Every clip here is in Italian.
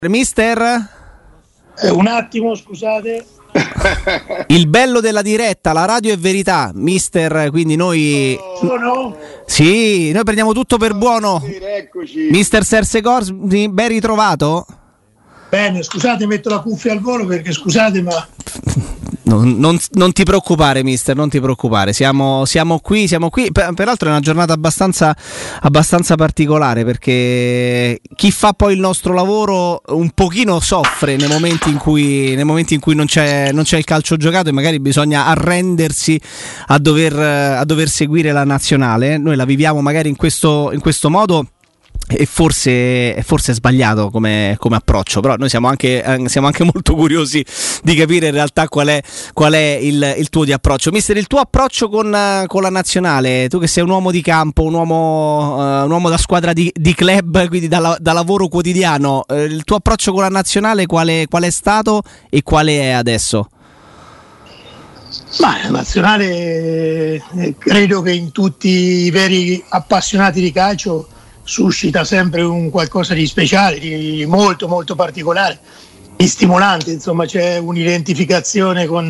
Mister? Un attimo, scusate. Il bello della diretta, la radio è verità, mister, quindi noi... Sì, noi prendiamo tutto per buono. Eccoci. Mister Serse Corsi, ben ritrovato? Bene, scusate, metto la cuffia al volo perché scusate, ma... Non ti preoccupare, mister, non ti preoccupare. Siamo qui. Peraltro è una giornata abbastanza particolare, perché chi fa poi il nostro lavoro un pochino soffre nei momenti in cui non c'è il calcio giocato e magari bisogna arrendersi a dover seguire la nazionale. Noi la viviamo magari in questo modo. E forse è sbagliato come approccio, però noi siamo anche molto curiosi di capire in realtà qual è il tuo di approccio. Mister, il tuo approccio con la nazionale, tu che sei un uomo di campo, un uomo da squadra di club, quindi da lavoro quotidiano, il tuo approccio con la nazionale qual è stato e quale è adesso? Ma la nazionale credo che in tutti i veri appassionati di calcio suscita sempre un qualcosa di speciale, di molto molto particolare, di stimolante. Insomma, c'è un'identificazione con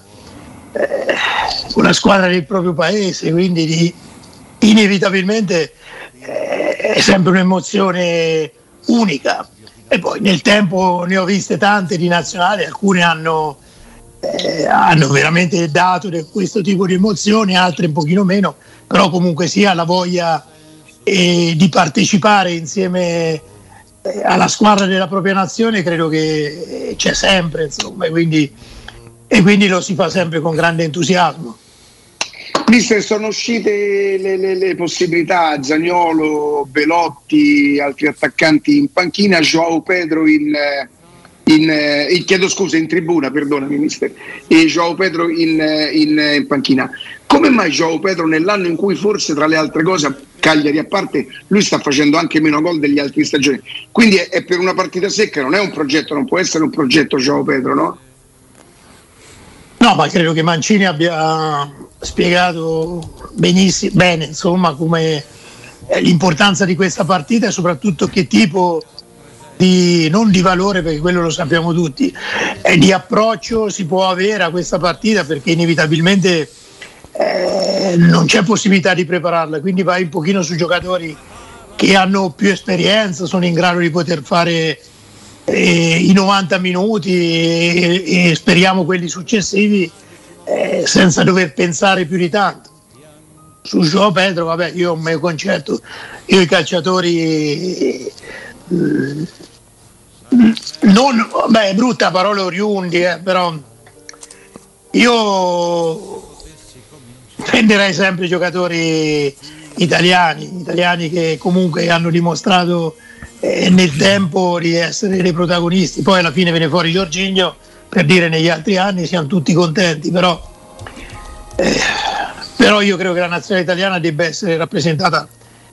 la squadra del proprio paese, quindi inevitabilmente è sempre un'emozione unica. E poi nel tempo ne ho viste tante di nazionali, alcune hanno veramente dato questo tipo di emozioni, altre un pochino meno, però comunque sia la voglia di partecipare insieme alla squadra della propria nazione credo che c'è sempre, insomma, e quindi lo si fa sempre con grande entusiasmo. Mister, sono uscite le possibilità, Zaniolo, Belotti, altri attaccanti in panchina, João Pedro chiedo scusa, in tribuna, perdonami mister, e João Pedro in panchina. Come mai João Pedro, nell'anno in cui forse tra le altre cose, Cagliari a parte, lui sta facendo anche meno gol degli altri stagioni, quindi è per una partita secca, non è un progetto, non può essere un progetto João Pedro, no? No, ma credo che Mancini abbia spiegato bene, insomma, come l'importanza di questa partita e soprattutto che tipo non di valore, perché quello lo sappiamo tutti, di approccio si può avere a questa partita, perché inevitabilmente non c'è possibilità di prepararla, quindi vai un pochino su giocatori che hanno più esperienza, sono in grado di poter fare i 90 minuti e speriamo quelli successivi senza dover pensare più di tanto. Su João Pedro, vabbè, io ho un mio concetto, io i calciatori è brutta parola oriundi, però io prenderei sempre giocatori italiani che comunque hanno dimostrato nel tempo di essere dei protagonisti. Poi alla fine viene fuori Jorginho, per dire negli altri anni siamo tutti contenti, però io credo che la nazionale italiana debba essere rappresentata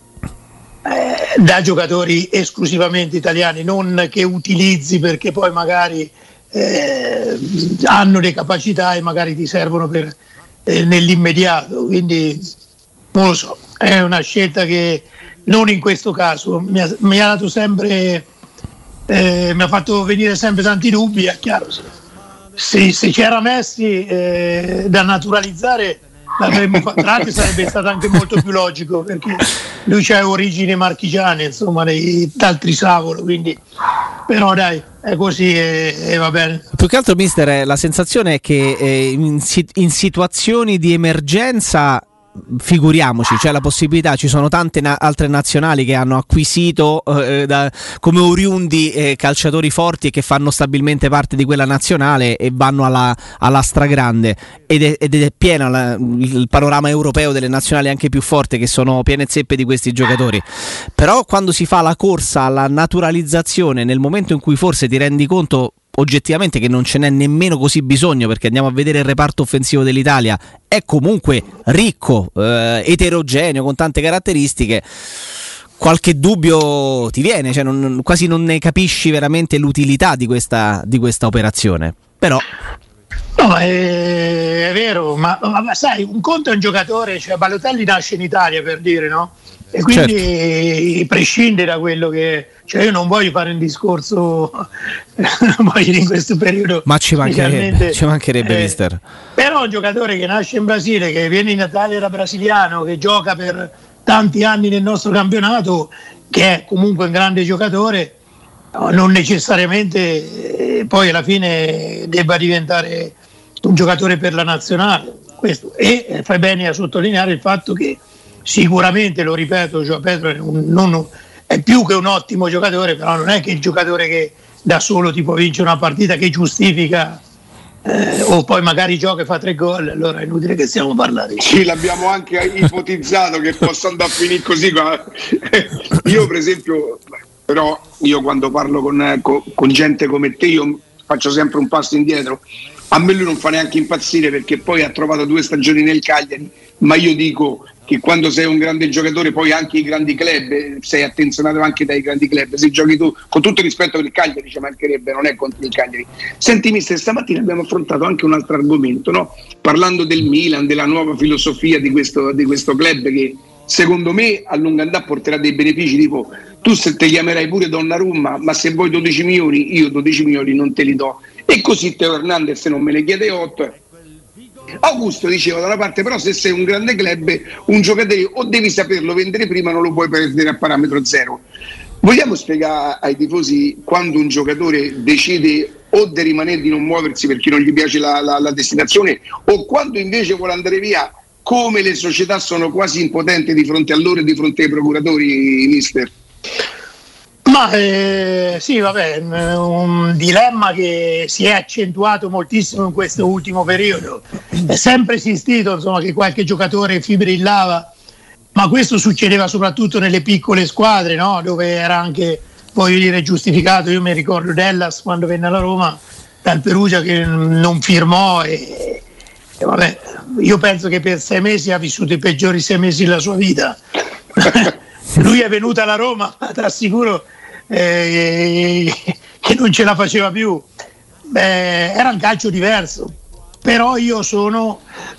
da giocatori esclusivamente italiani, non che utilizzi perché poi magari hanno le capacità e magari ti servono per nell'immediato, quindi non lo so, è una scelta che non in questo caso mi ha dato sempre mi ha fatto venire sempre tanti dubbi. È chiaro, se c'era Messi da naturalizzare l'avremmo fatto, tra l'altro sarebbe stato anche molto più logico perché lui ha origini marchigiane, insomma, dal Trisavolo, quindi però dai, è così e va bene. Più che altro, mister, la sensazione è che in situazioni di emergenza, figuriamoci, c'è la possibilità, ci sono tante altre nazionali che hanno acquisito come oriundi calciatori forti e che fanno stabilmente parte di quella nazionale e vanno alla stragrande, ed è pieno il panorama europeo delle nazionali anche più forti, che sono piene zeppe di questi giocatori. Però quando si fa la corsa alla naturalizzazione, nel momento in cui forse ti rendi conto oggettivamente che non ce n'è nemmeno così bisogno, perché andiamo a vedere il reparto offensivo dell'Italia, è comunque ricco, eterogeneo, con tante caratteristiche, qualche dubbio ti viene, cioè quasi non ne capisci veramente l'utilità di questa operazione. Però no, è vero, ma sai, un conto è un giocatore, cioè Balotelli nasce in Italia, per dire, no? E quindi prescinde da quello che, cioè io non voglio fare un discorso non voglio in questo periodo, ma ci mancherebbe mister. Però un giocatore che nasce in Brasile, che viene in Italia da brasiliano, che gioca per tanti anni nel nostro campionato, che è comunque un grande giocatore, non necessariamente poi alla fine debba diventare un giocatore per la nazionale. Questo. E fai bene a sottolineare il fatto che sicuramente, lo ripeto, João Pedro è più che un ottimo giocatore, però non è che il giocatore che da solo ti può vincere una partita, che giustifica o poi magari gioca e fa 3 gol, allora è inutile che stiamo parlando. Sì, l'abbiamo anche ipotizzato che possa andare a finire così. Io per esempio, però io quando parlo con gente come te, io faccio sempre un passo indietro. A me lui non fa neanche impazzire, perché poi ha trovato 2 stagioni nel Cagliari, ma io dico che quando sei un grande giocatore poi anche i grandi club, sei attenzionato anche dai grandi club, se giochi tu, con tutto il rispetto per il Cagliari, ci mancherebbe, non è contro il Cagliari. Senti mister, stamattina abbiamo affrontato anche un altro argomento, no? Parlando del Milan, della nuova filosofia di questo club, che secondo me a lungo andare porterà dei benefici, tipo tu se te chiamerai pure Donnarumma, ma se vuoi 12 milioni io 12 milioni non te li do, e così Teo Hernandez non me ne chiede 8. Augusto diceva da una parte, però se sei un grande club, un giocatore o devi saperlo vendere prima, non lo puoi perdere a parametro zero. Vogliamo spiegare ai tifosi quando un giocatore decide o di rimanere, di non muoversi perché non gli piace la destinazione, o quando invece vuole andare via, come le società sono quasi impotenti di fronte a loro e di fronte ai procuratori, mister? Ma sì, vabbè, un dilemma che si è accentuato moltissimo in questo ultimo periodo. È sempre esistito, insomma, che qualche giocatore fibrillava, ma questo succedeva soprattutto nelle piccole squadre, no? Dove era anche, voglio dire, giustificato. Io mi ricordo Dellas quando venne alla Roma dal Perugia, che non firmò e vabbè, io penso che per 6 mesi ha vissuto i peggiori 6 mesi della sua vita. Lui è venuto alla Roma, ma ti assicuro che non ce la faceva più. Era un calcio diverso, però io sono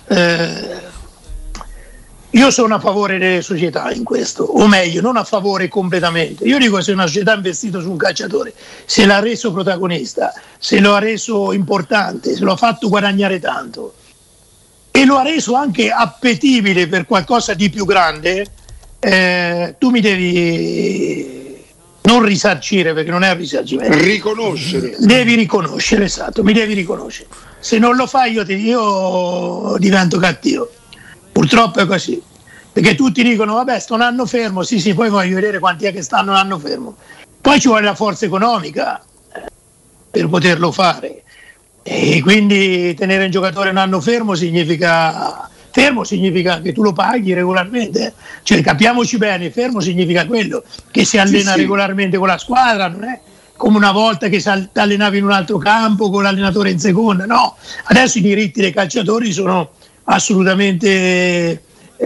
a favore delle società in questo, o meglio, non a favore completamente. Io dico, se una società ha investito su un calciatore, se l'ha reso protagonista, se lo ha reso importante, se lo ha fatto guadagnare tanto e lo ha reso anche appetibile per qualcosa di più grande, tu mi devi non risarcire, perché non è un risarcimento, riconoscere. Devi riconoscere, esatto, mi devi riconoscere. Se non lo fai io divento cattivo. Purtroppo è così, perché tutti dicono vabbè, sto un anno fermo, sì, poi voglio vedere quanti è che stanno un anno fermo. Poi ci vuole la forza economica per poterlo fare, e quindi tenere un giocatore un anno fermo significa che tu lo paghi regolarmente, cioè capiamoci bene, fermo significa quello, che si allena regolarmente con la squadra, non è come una volta che si allenavi in un altro campo con l'allenatore in seconda, no, adesso i diritti dei calciatori sono assolutamente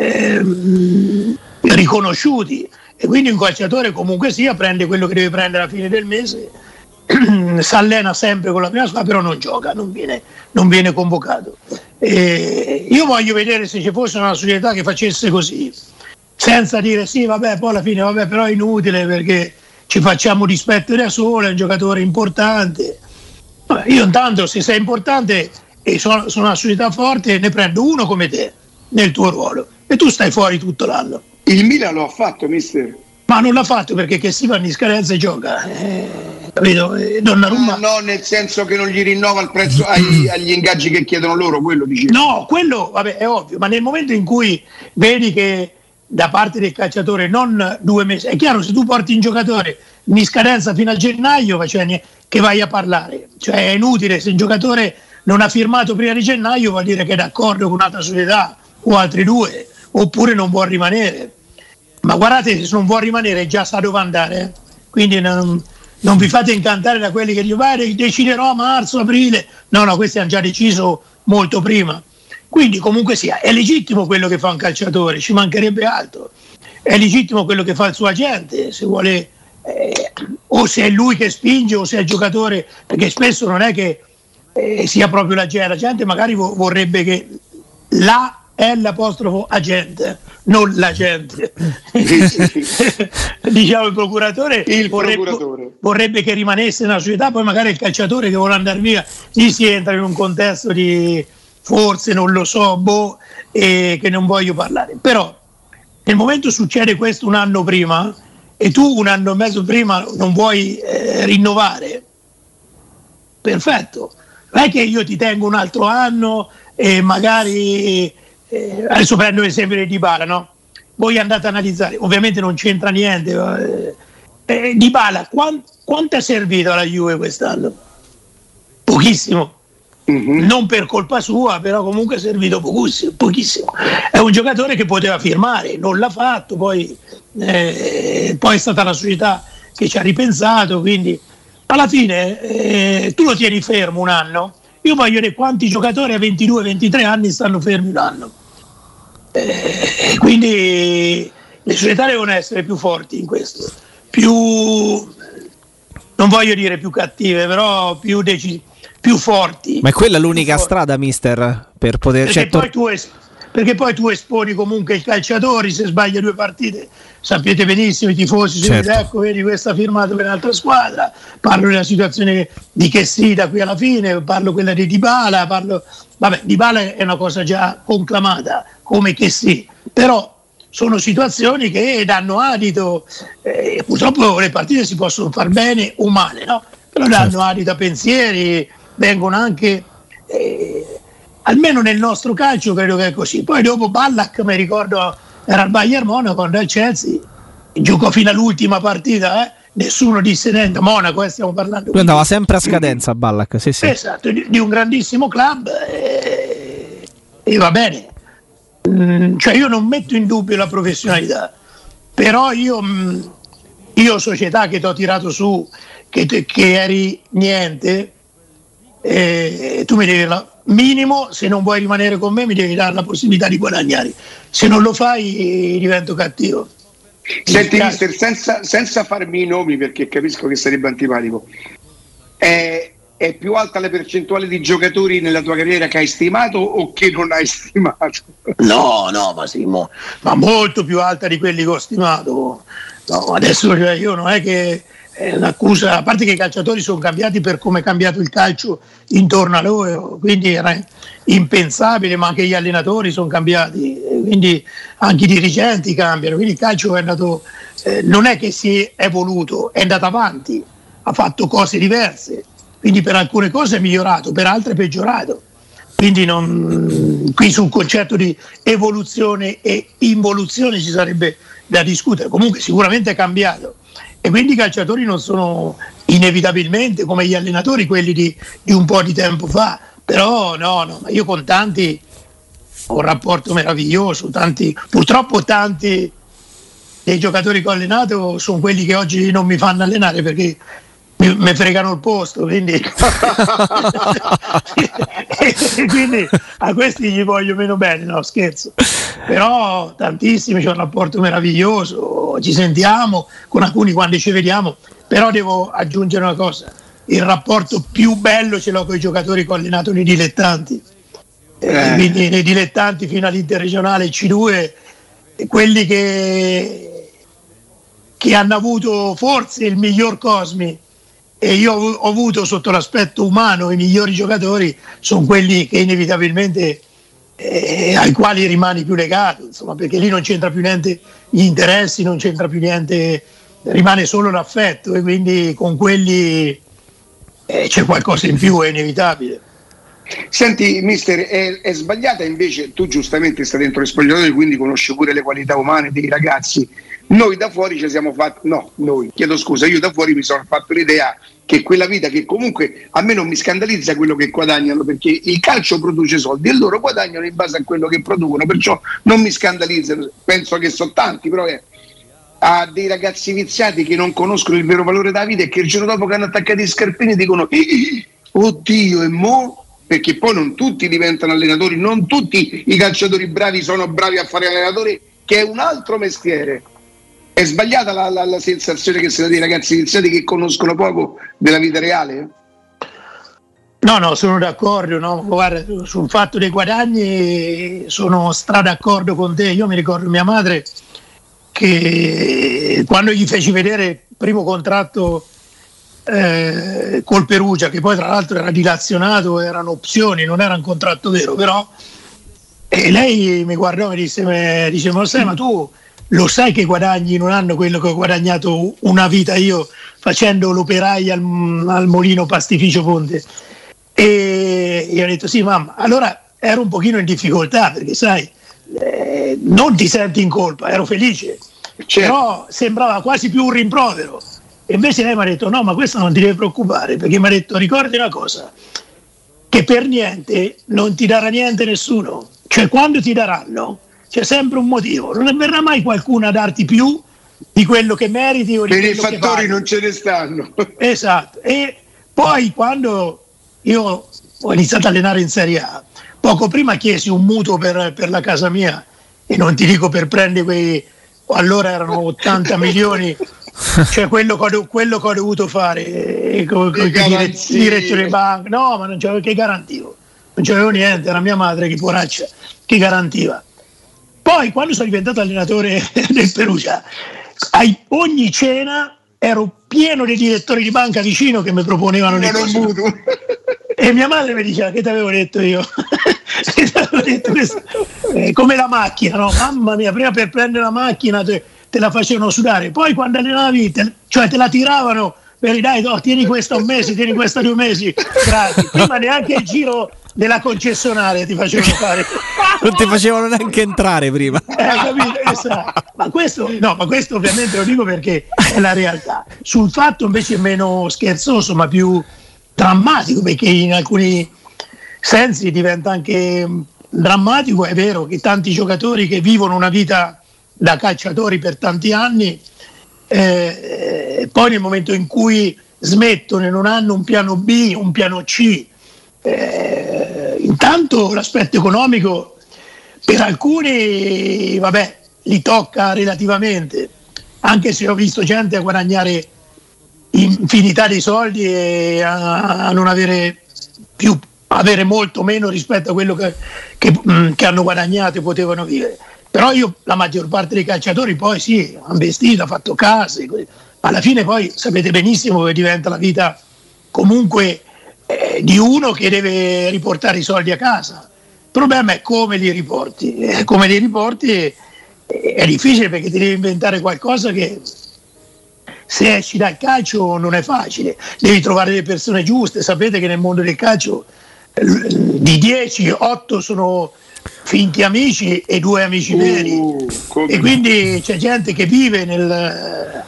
riconosciuti, e quindi un calciatore comunque sia prende quello che deve prendere alla fine del mese, si allena sempre con la prima squadra, però non gioca, non viene convocato. Io voglio vedere se ci fosse una società che facesse così, senza dire sì vabbè, poi alla fine vabbè, però è inutile perché ci facciamo dispetto da solo, è un giocatore importante. Vabbè, io intanto, se sei importante e sono una società forte, ne prendo uno come te nel tuo ruolo e tu stai fuori tutto l'anno. Il Milan lo ha fatto, mister? Ma non l'ha fatto perché che si va in scadenza e gioca, capito? Donnarumma... No, nel senso che non gli rinnova il prezzo agli ingaggi che chiedono loro, quello dicevo. No, quello vabbè, è ovvio, ma nel momento in cui vedi che da parte del calciatore non 2 mesi, è chiaro, se tu porti un giocatore in scadenza fino a gennaio, cioè, che vai a parlare, cioè è inutile. Se un giocatore non ha firmato prima di gennaio, vuol dire che è d'accordo con un'altra società o altri 2, oppure non vuol rimanere. Ma guardate, se non vuol rimanere già sa dove andare, quindi non vi fate incantare da quelli che dicono deciderò a marzo, aprile. No, questi hanno già deciso molto prima. Quindi comunque sia, è legittimo quello che fa un calciatore, ci mancherebbe altro. È legittimo quello che fa il suo agente, se vuole, o se è lui che spinge o se è il giocatore, perché spesso non è che sia proprio la gente magari vorrebbe che la è l'apostrofo agente, non la gente. Diciamo il procuratore, vorrebbe che rimanesse nella società, poi magari il calciatore che vuole andare via gli si entra in un contesto di forse non lo so, e che non voglio parlare. Però nel momento succede questo un anno prima e tu un anno e mezzo prima non vuoi rinnovare, perfetto, non è che io ti tengo un altro anno e magari adesso prendo l'esempio di Dybala, no? Voi andate a analizzare, ovviamente non c'entra niente, Dybala quanto è servito alla Juve quest'anno? Pochissimo. Non per colpa sua, però comunque è servito pochissimo. È un giocatore che poteva firmare, non l'ha fatto, poi è stata la società che ci ha ripensato, quindi alla fine tu lo tieni fermo un anno. Io voglio vedere quanti giocatori a 22-23 anni stanno fermi un anno. Quindi le società devono essere più forti in questo, non voglio dire più cattive, però più forti. Ma è quella l'unica strada, mister, per poter... Perché poi tu esponi comunque i calciatori, se sbaglia 2 partite sapete benissimo i tifosi, certo. Ecco, vedi, questa ha firmato per un'altra squadra, parlo della situazione di Chessy da qui alla fine, parlo quella di Dybala, Dybala è una cosa già conclamata come Chessy, però sono situazioni che danno adito, purtroppo le partite si possono far bene o male, no? Però danno adito a pensieri, vengono anche... almeno nel nostro calcio credo che è così. Poi dopo Ballack, mi ricordo, era al Bayern Monaco, quando al Chelsea giocò fino all'ultima partita, nessuno disse niente. Monaco, stiamo parlando. Lui andava sempre a scadenza Ballack, sì. Esatto, di un grandissimo club e va bene. Cioè io non metto in dubbio la professionalità, però io società che ti ho tirato su, che eri niente, tu mi devi minimo, se non vuoi rimanere con me mi devi dare la possibilità di guadagnare, se non lo fai divento cattivo. Senti mister, senza farmi i nomi perché capisco che sarebbe antipatico, è più alta la percentuale di giocatori nella tua carriera che hai stimato o che non hai stimato? No, ma molto più alta di quelli che ho stimato. No, adesso io non è che è un'accusa, a parte che i calciatori sono cambiati per come è cambiato il calcio intorno a loro, quindi era impensabile, ma anche gli allenatori sono cambiati, quindi anche i dirigenti cambiano, quindi il calcio è andato, non è che si è evoluto, è andato avanti, ha fatto cose diverse, quindi per alcune cose è migliorato, per altre è peggiorato, quindi qui sul concetto di evoluzione e involuzione ci sarebbe da discutere, comunque sicuramente è cambiato. E quindi i calciatori non sono inevitabilmente come gli allenatori quelli di un po' di tempo fa, però no, io con tanti ho un rapporto meraviglioso, purtroppo tanti dei giocatori che ho allenato sono quelli che oggi non mi fanno allenare perché mi fregano il posto, quindi quindi a questi gli voglio meno bene, no scherzo, però tantissimi, c'è un rapporto meraviglioso, ci sentiamo con alcuni quando ci vediamo, però devo aggiungere una cosa, il rapporto più bello ce l'ho con i giocatori che ho allenato nei dilettanti, quindi nei dilettanti fino all'interregionale C2, quelli che hanno avuto forse il miglior Cosmi, e io ho avuto sotto l'aspetto umano i migliori giocatori, sono quelli che inevitabilmente ai quali rimani più legato, insomma, perché lì non c'entra più niente gli interessi, non c'entra più niente, rimane solo l'affetto, e quindi con quelli c'è qualcosa in più, è inevitabile. Senti mister, è sbagliata invece, tu giustamente stai dentro le spogliatoie, quindi conosci pure le qualità umane dei ragazzi. Noi da fuori ci siamo fatti, io da fuori mi sono fatto l'idea che quella vita, che comunque a me non mi scandalizza quello che guadagnano, perché il calcio produce soldi e loro guadagnano in base a quello che producono, perciò non mi scandalizza, penso che sono tanti, però a dei ragazzi viziati che non conoscono il vero valore della vita e che il giorno dopo che hanno attaccato i scarpini dicono oddio, e mo'? Perché poi non tutti diventano allenatori, non tutti i calciatori bravi sono bravi a fare allenatori, che è un altro mestiere. È sbagliata la sensazione che si dà dei ragazzi iniziati che conoscono poco della vita reale? No, sono d'accordo, no? Guarda, sul fatto dei guadagni sono d'accordo con te. Io mi ricordo mia madre che quando gli feci vedere il primo contratto col Perugia, che poi tra l'altro era dilazionato, erano opzioni, non era un contratto vero, però e lei mi guardò e mi disse, ma tu lo sai che guadagni in un anno quello che ho guadagnato una vita io facendo l'operaia al Molino Pastificio Ponte? E io ho detto sì mamma, allora ero un pochino in difficoltà perché sai, non ti senti in colpa, ero felice, però sembrava quasi più un rimprovero. E invece lei mi ha detto no, ma questo non ti deve preoccupare, perché mi ha detto ricordi una cosa, che per niente non ti darà niente nessuno, cioè quando ti daranno c'è sempre un motivo, non verrà mai qualcuno a darti più di quello che meriti o di per quello i fattori che non ce ne stanno. Esatto. E poi quando io ho iniziato a allenare in Serie A, poco prima chiesi un mutuo per la casa mia, e non ti dico per prendere quei, allora erano 80 milioni, cioè quello che ho dovuto fare con i direttori di banca, no, ma non c'avevo, che garantivo, non c'avevo niente, era mia madre che poraccia che garantiva. Poi quando sono diventato allenatore del Perugia, ogni cena ero pieno di direttori di banca vicino che mi proponevano le cose. E mia madre mi diceva che ti avevo detto io? Come la macchina, no? Mamma mia, prima per prendere la macchina te la facevano sudare, poi quando allenavi te la tiravano per dai, tieni questa un mese, tieni questa 2 mesi, grazie. Prima neanche il giro della concessionaria ti facevano fare. Non ti facevano neanche entrare prima. Capito? Esatto. Ma questo ovviamente lo dico perché è la realtà. Sul fatto invece meno scherzoso ma più drammatico, perché in alcuni sensi diventa anche drammatico, è vero che tanti giocatori che vivono una vita da calciatori per tanti anni, poi nel momento in cui smettono e non hanno un piano B, un piano C, intanto l'aspetto economico per alcuni li tocca relativamente, anche se ho visto gente a guadagnare infinità di soldi e a non avere molto meno rispetto a quello che hanno guadagnato e potevano vivere. Però la maggior parte dei calciatori poi sì, hanno vestito, ha fatto case, alla fine poi sapete benissimo che diventa la vita comunque di uno che deve riportare i soldi a casa. Il problema è come li riporti. Come li riporti è difficile, perché ti devi inventare qualcosa che se esci dal calcio non è facile. Devi trovare le persone giuste. Sapete che nel mondo del calcio di 10, 8 sono finti amici e 2 amici veri. E quindi c'è gente che vive nel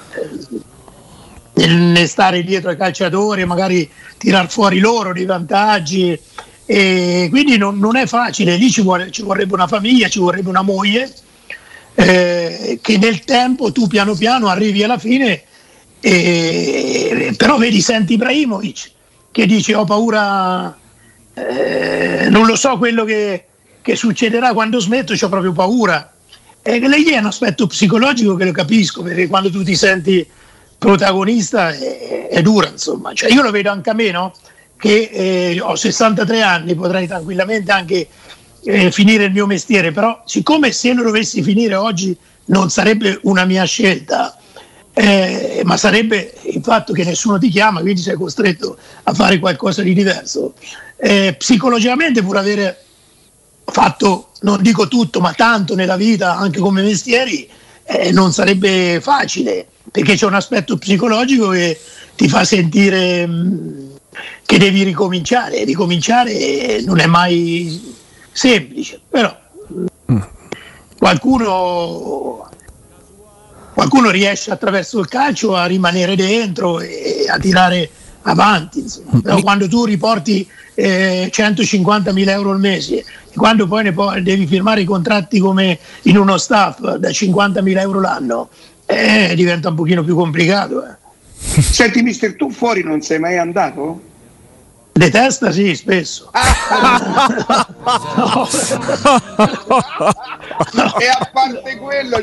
stare dietro ai calciatori, magari tirar fuori loro dei vantaggi, e quindi non è facile. Lì ci vorrebbe una famiglia, ci vorrebbe una moglie, che nel tempo tu piano piano arrivi alla fine, però senti Ibrahimovic che dice ho paura, non lo so quello che succederà quando smetto, c'ho proprio paura. Lei è un aspetto psicologico che lo capisco, perché quando tu ti senti protagonista è dura, insomma. Cioè, io lo vedo anche a me, no? Che ho 63 anni, potrei tranquillamente anche finire il mio mestiere, però siccome se lo dovessi finire oggi non sarebbe una mia scelta, ma sarebbe il fatto che nessuno ti chiama, quindi sei costretto a fare qualcosa di diverso. Psicologicamente, pur avere fatto, non dico tutto, ma tanto nella vita, anche come mestieri, non sarebbe facile, perché c'è un aspetto psicologico che ti fa sentire che devi ricominciare. Ricominciare non è mai semplice, però qualcuno riesce attraverso il calcio a rimanere dentro e a tirare avanti, insomma. Però quando tu riporti 150.000 euro al mese e quando poi devi firmare i contratti come in uno staff da 50.000 euro l'anno, diventa un pochino più complicato. Senti mister, tu fuori non sei mai andato? De testa sì, spesso. No. E a parte quello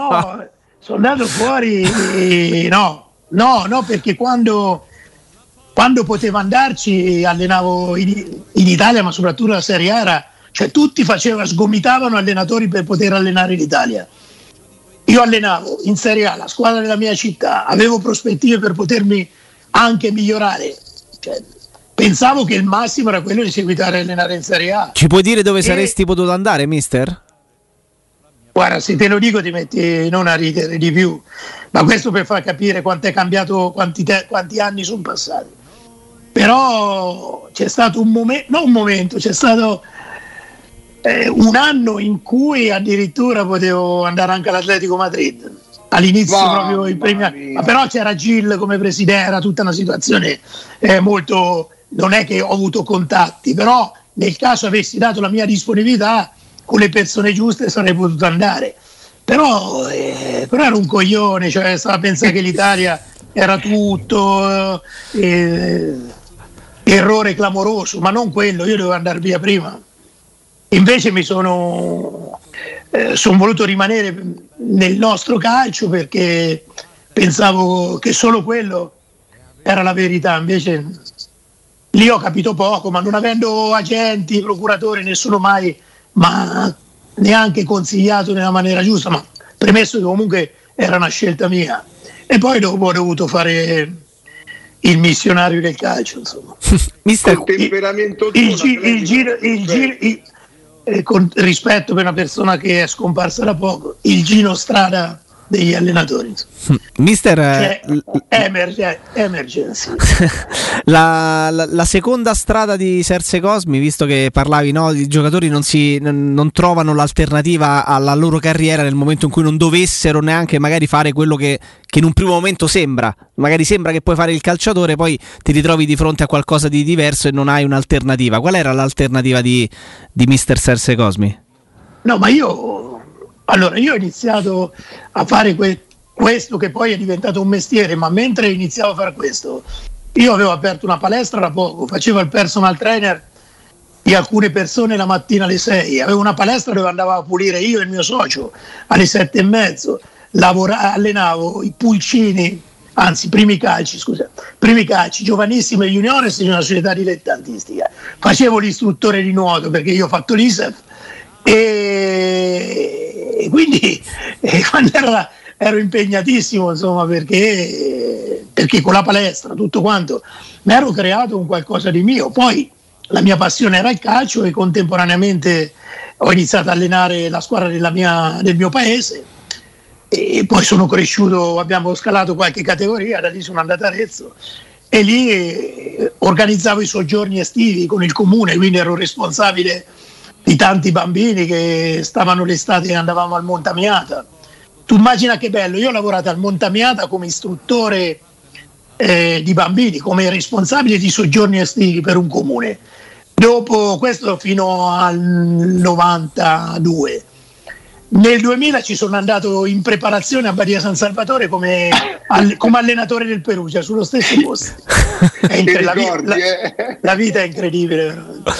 sono andato fuori, no, perché quando quando potevo andarci allenavo in Italia, ma soprattutto la Serie A cioè tutti sgomitavano allenatori per poter allenare l'Italia. Io allenavo in Serie A la squadra della mia città, avevo prospettive per potermi anche migliorare, cioè, pensavo che il massimo era quello di seguitare a allenare in Serie A. Ci puoi dire dove saresti potuto andare, mister? Guarda, se te lo dico ti metti non a ridere di più, ma questo per far capire quanto è cambiato, quanti anni sono passati. Però c'è stato c'è stato un anno in cui addirittura potevo andare anche all'Atletico Madrid. All'inizio proprio i primi, ma però c'era Gil come presidente, era tutta una situazione molto, non è che ho avuto contatti, però nel caso avessi dato la mia disponibilità con le persone giuste sarei potuto andare. Però era un coglione, cioè stava a pensare che l'Italia era tutto errore clamoroso, ma non quello, io dovevo andare via prima. Invece mi sono voluto rimanere nel nostro calcio perché pensavo che solo quello era la verità, invece lì ho capito poco, ma non avendo agenti, procuratori, nessuno mai ma neanche consigliato nella maniera giusta, ma premesso che comunque era una scelta mia. E poi dopo ho dovuto fare il missionario del calcio, insomma. Mister, con rispetto per una persona che è scomparsa da poco, il Gino Strada degli allenatori, mister, emergency. la seconda strada di Serse Cosmi, visto che parlavi, no, i giocatori non trovano l'alternativa alla loro carriera nel momento in cui non dovessero neanche magari fare quello che in un primo momento sembra che puoi fare il calciatore, poi ti ritrovi di fronte a qualcosa di diverso e non hai un'alternativa. Qual era l'alternativa di mister Serse Cosmi? No, ma io ho iniziato a fare questo che poi è diventato un mestiere, ma mentre iniziavo a fare questo io avevo aperto una palestra da poco, facevo il personal trainer di alcune persone la mattina alle 6, avevo una palestra dove andavo a pulire io e il mio socio alle 7:30, allenavo i pulcini, anzi primi calci, giovanissimi e juniores in una società dilettantistica, facevo l'istruttore di nuoto perché io ho fatto l'ISEF e quindi quando ero impegnatissimo, insomma, perché con la palestra tutto quanto mi ero creato un qualcosa di mio. Poi la mia passione era il calcio e contemporaneamente ho iniziato a allenare la squadra del mio paese e poi sono cresciuto, abbiamo scalato qualche categoria, da lì sono andato a Arezzo e lì organizzavo i soggiorni estivi con il comune, quindi ero responsabile di tanti bambini che stavano l'estate e andavamo al Montamiata. Tu immagina che bello, io ho lavorato al Montamiata come istruttore di bambini, come responsabile di soggiorni estivi per un comune. Dopo questo fino al 92. Nel 2000 ci sono andato in preparazione a Badia San Salvatore come allenatore del Perugia, sullo stesso posto. La vita è incredibile.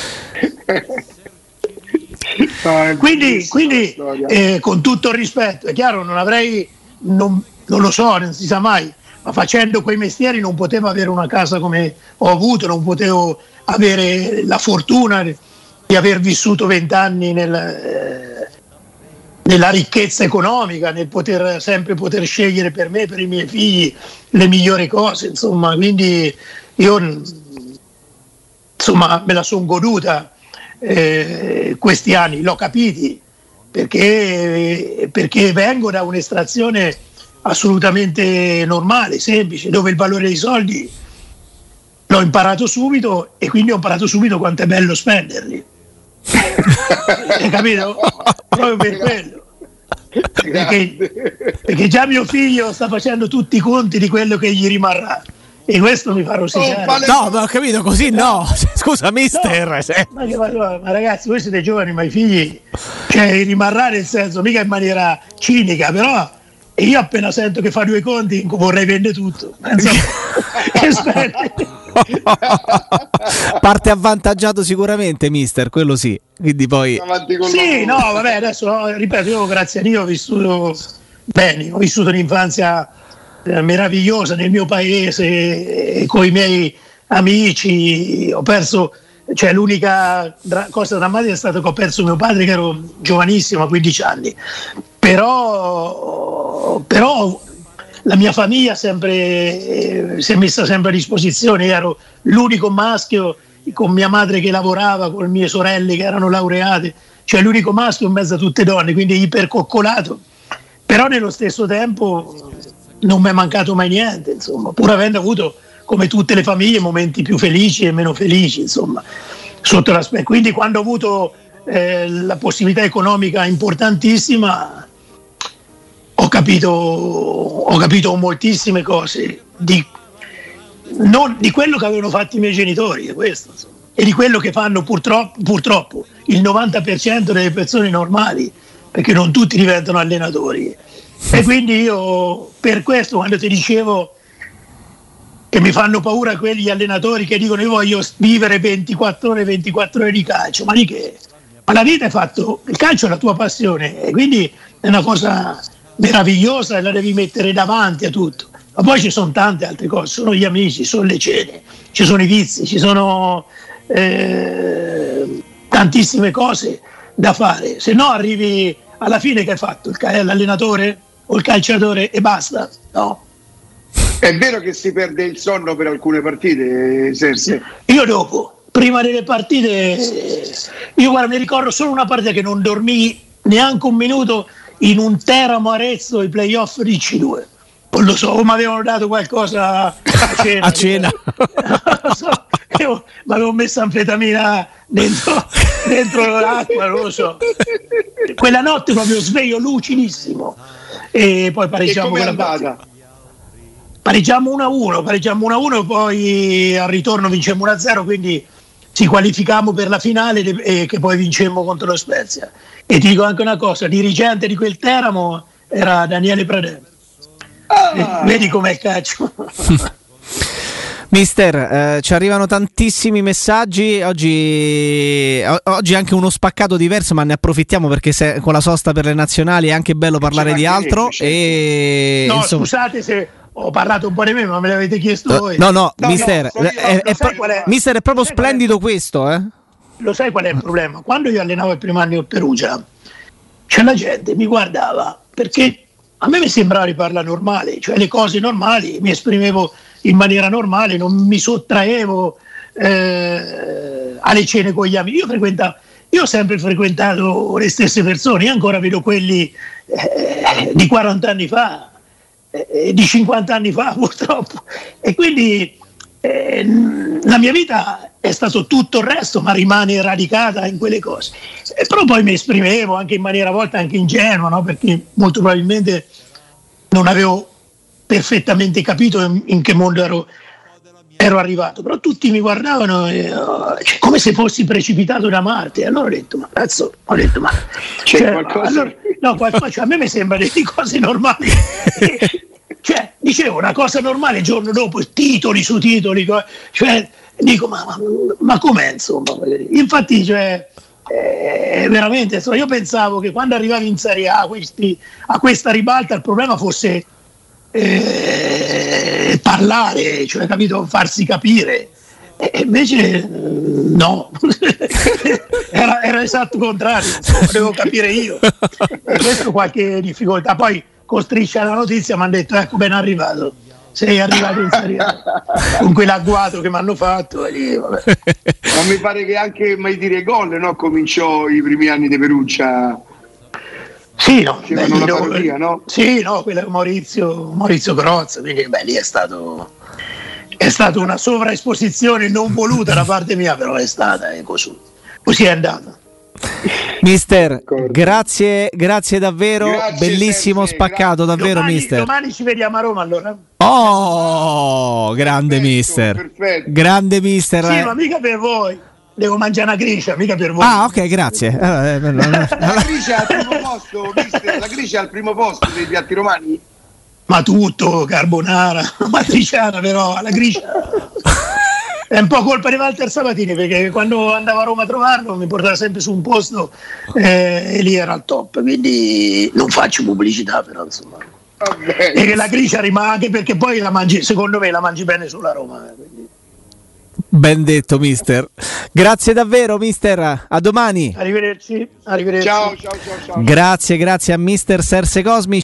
Quindi con tutto il rispetto, è chiaro, non lo so, non si sa mai, ma facendo quei mestieri non potevo avere una casa come ho avuto, non potevo avere la fortuna di aver vissuto 20 anni nella ricchezza economica, nel sempre poter scegliere per me, per i miei figli, le migliori cose, insomma, quindi io me la sono goduta. Questi anni l'ho capiti perché vengo da un'estrazione assolutamente normale, semplice, dove il valore dei soldi l'ho imparato subito e quindi ho imparato subito quanto è bello spenderli. Hai capito? Proprio per quello. Perché già mio figlio sta facendo tutti i conti di quello che gli rimarrà. E questo mi fa rosicare. No, ma ho capito, così no. Scusa, mister. No, ma ragazzi, voi siete giovani, ma i figli, cioè, rimarrà nel senso, mica in maniera cinica, però io appena sento che fa due conti vorrei vendere tutto. Parte avvantaggiato sicuramente, mister, quello sì. Quindi poi sì, no, vabbè, adesso ripeto, io grazie a Dio ho vissuto bene, ho vissuto un'infanzia meravigliosa nel mio paese con i miei amici, ho perso, cioè l'unica cosa drammatica è stata che ho perso mio padre, che ero giovanissimo, a 15 anni, però la mia famiglia si è messa sempre a disposizione. Io ero l'unico maschio, con mia madre che lavorava, con le mie sorelle che erano laureate, cioè l'unico maschio in mezzo a tutte donne, quindi ipercoccolato, però nello stesso tempo non mi è mancato mai niente, insomma, pur avendo avuto, come tutte le famiglie, momenti più felici e meno felici, insomma, sotto l'aspetto. Quindi quando ho avuto la possibilità economica importantissima, ho capito moltissime cose non di quello che avevano fatto i miei genitori, questo, insomma, e di quello che fanno purtroppo il 90% delle persone normali, perché non tutti diventano allenatori. E quindi io, per questo, quando ti dicevo che mi fanno paura quegli allenatori che dicono io voglio vivere 24 ore di calcio, ma di che? Ma la vita è fatto, il calcio è la tua passione, e quindi è una cosa meravigliosa e la devi mettere davanti a tutto. Ma poi ci sono tante altre cose, sono gli amici, sono le cene, ci sono i vizi, ci sono tantissime cose da fare, se no arrivi alla fine che hai fatto l'allenatore o il calciatore e basta, no? È vero che si perde il sonno per alcune partite, Serse? Io dopo, prima delle partite, guarda, mi ricordo solo una partita che non dormii neanche un minuto, in un Teramo Arezzo, i playoff di C2. Non lo so, o mi avevano dato qualcosa a cena. Non so, mi avevo messo anfetamina dentro l'acqua, non lo so. Quella notte proprio sveglio lucidissimo. E poi pareggiamo quella partita. Pareggiamo 1-1 e poi al ritorno vincemmo 1-0, quindi ci qualificammo per la finale che poi vincemmo contro lo Spezia. E ti dico anche una cosa, dirigente di quel Teramo era Daniele Pradè. Vedi com'è il calcio. Mister, ci arrivano tantissimi messaggi, oggi anche uno spaccato diverso, ma ne approfittiamo perché con la sosta per le nazionali è anche bello parlare di altro. E, no, insomma... scusate se ho parlato un po' di me, ma me l'avete chiesto voi. No, mister, mister, è proprio splendido questo, eh? Lo sai qual è il problema? Quando io allenavo il primo anno a Perugia, c'è la gente mi guardava, perché a me mi sembrava di parlare normale, cioè le cose normali, mi esprimevo in maniera normale, non mi sottraevo alle cene con gli amici. Io ho sempre frequentato le stesse persone, io ancora vedo quelli di 40 anni fa, di 50 anni fa purtroppo, e quindi la mia vita è stato tutto il resto, ma rimane radicata in quelle cose. Però poi mi esprimevo anche in maniera a volte anche ingenua, no? Perché molto probabilmente non avevo perfettamente capito in che mondo ero arrivato, però tutti mi guardavano come se fossi precipitato da Marte. E allora ho detto, ma cazzo, c'è qualcosa? Cioè, a me mi sembra di cose normali. Cioè, dicevo una cosa normale, il giorno dopo titoli su titoli, cioè dico ma com'è, insomma? Infatti, cioè, veramente, insomma, io pensavo che quando arrivavi in Serie A a questa ribalta il problema fosse parlare, cioè, capito, farsi capire, e invece no. era esatto contrario, insomma, devo capire io, e questo qualche difficoltà. Poi con Striscia la notizia mi hanno detto ecco, ben arrivato, sei arrivato in Serie A con quell'agguato che mi hanno fatto, e lì, vabbè. Ma mi pare che anche mai dire gol, no? Cominciò i primi anni di Perugia. Sì, no, una parodia, no? Sì, no, quello è Maurizio Grozza, quindi lì è stato una sovraesposizione non voluta da parte mia, però è stata, così è andata. Mister, grazie davvero, grazie, bellissimo Sergio, spaccato davvero, mister. Domani ci vediamo a Roma, allora. Oh, grande mister. Perfetto. Grande mister. Sì, ma mica per voi. Devo mangiare una gricia, mica per voi. Ah, ok, grazie. La gricia al primo posto, mister, la gricia al primo posto dei piatti romani? Ma tutto, carbonara, matriciana, però la gricia è un po' colpa di Walter Sabatini, perché quando andavo a Roma a trovarlo mi portava sempre su un posto e lì era al top, quindi non faccio pubblicità, però insomma. E che la gricia rimane, perché poi la mangi, secondo me la mangi bene sulla Roma, quindi. Ben detto, mister. Grazie davvero, mister. A domani. Arrivederci. Ciao. Grazie a mister Serse Cosmi.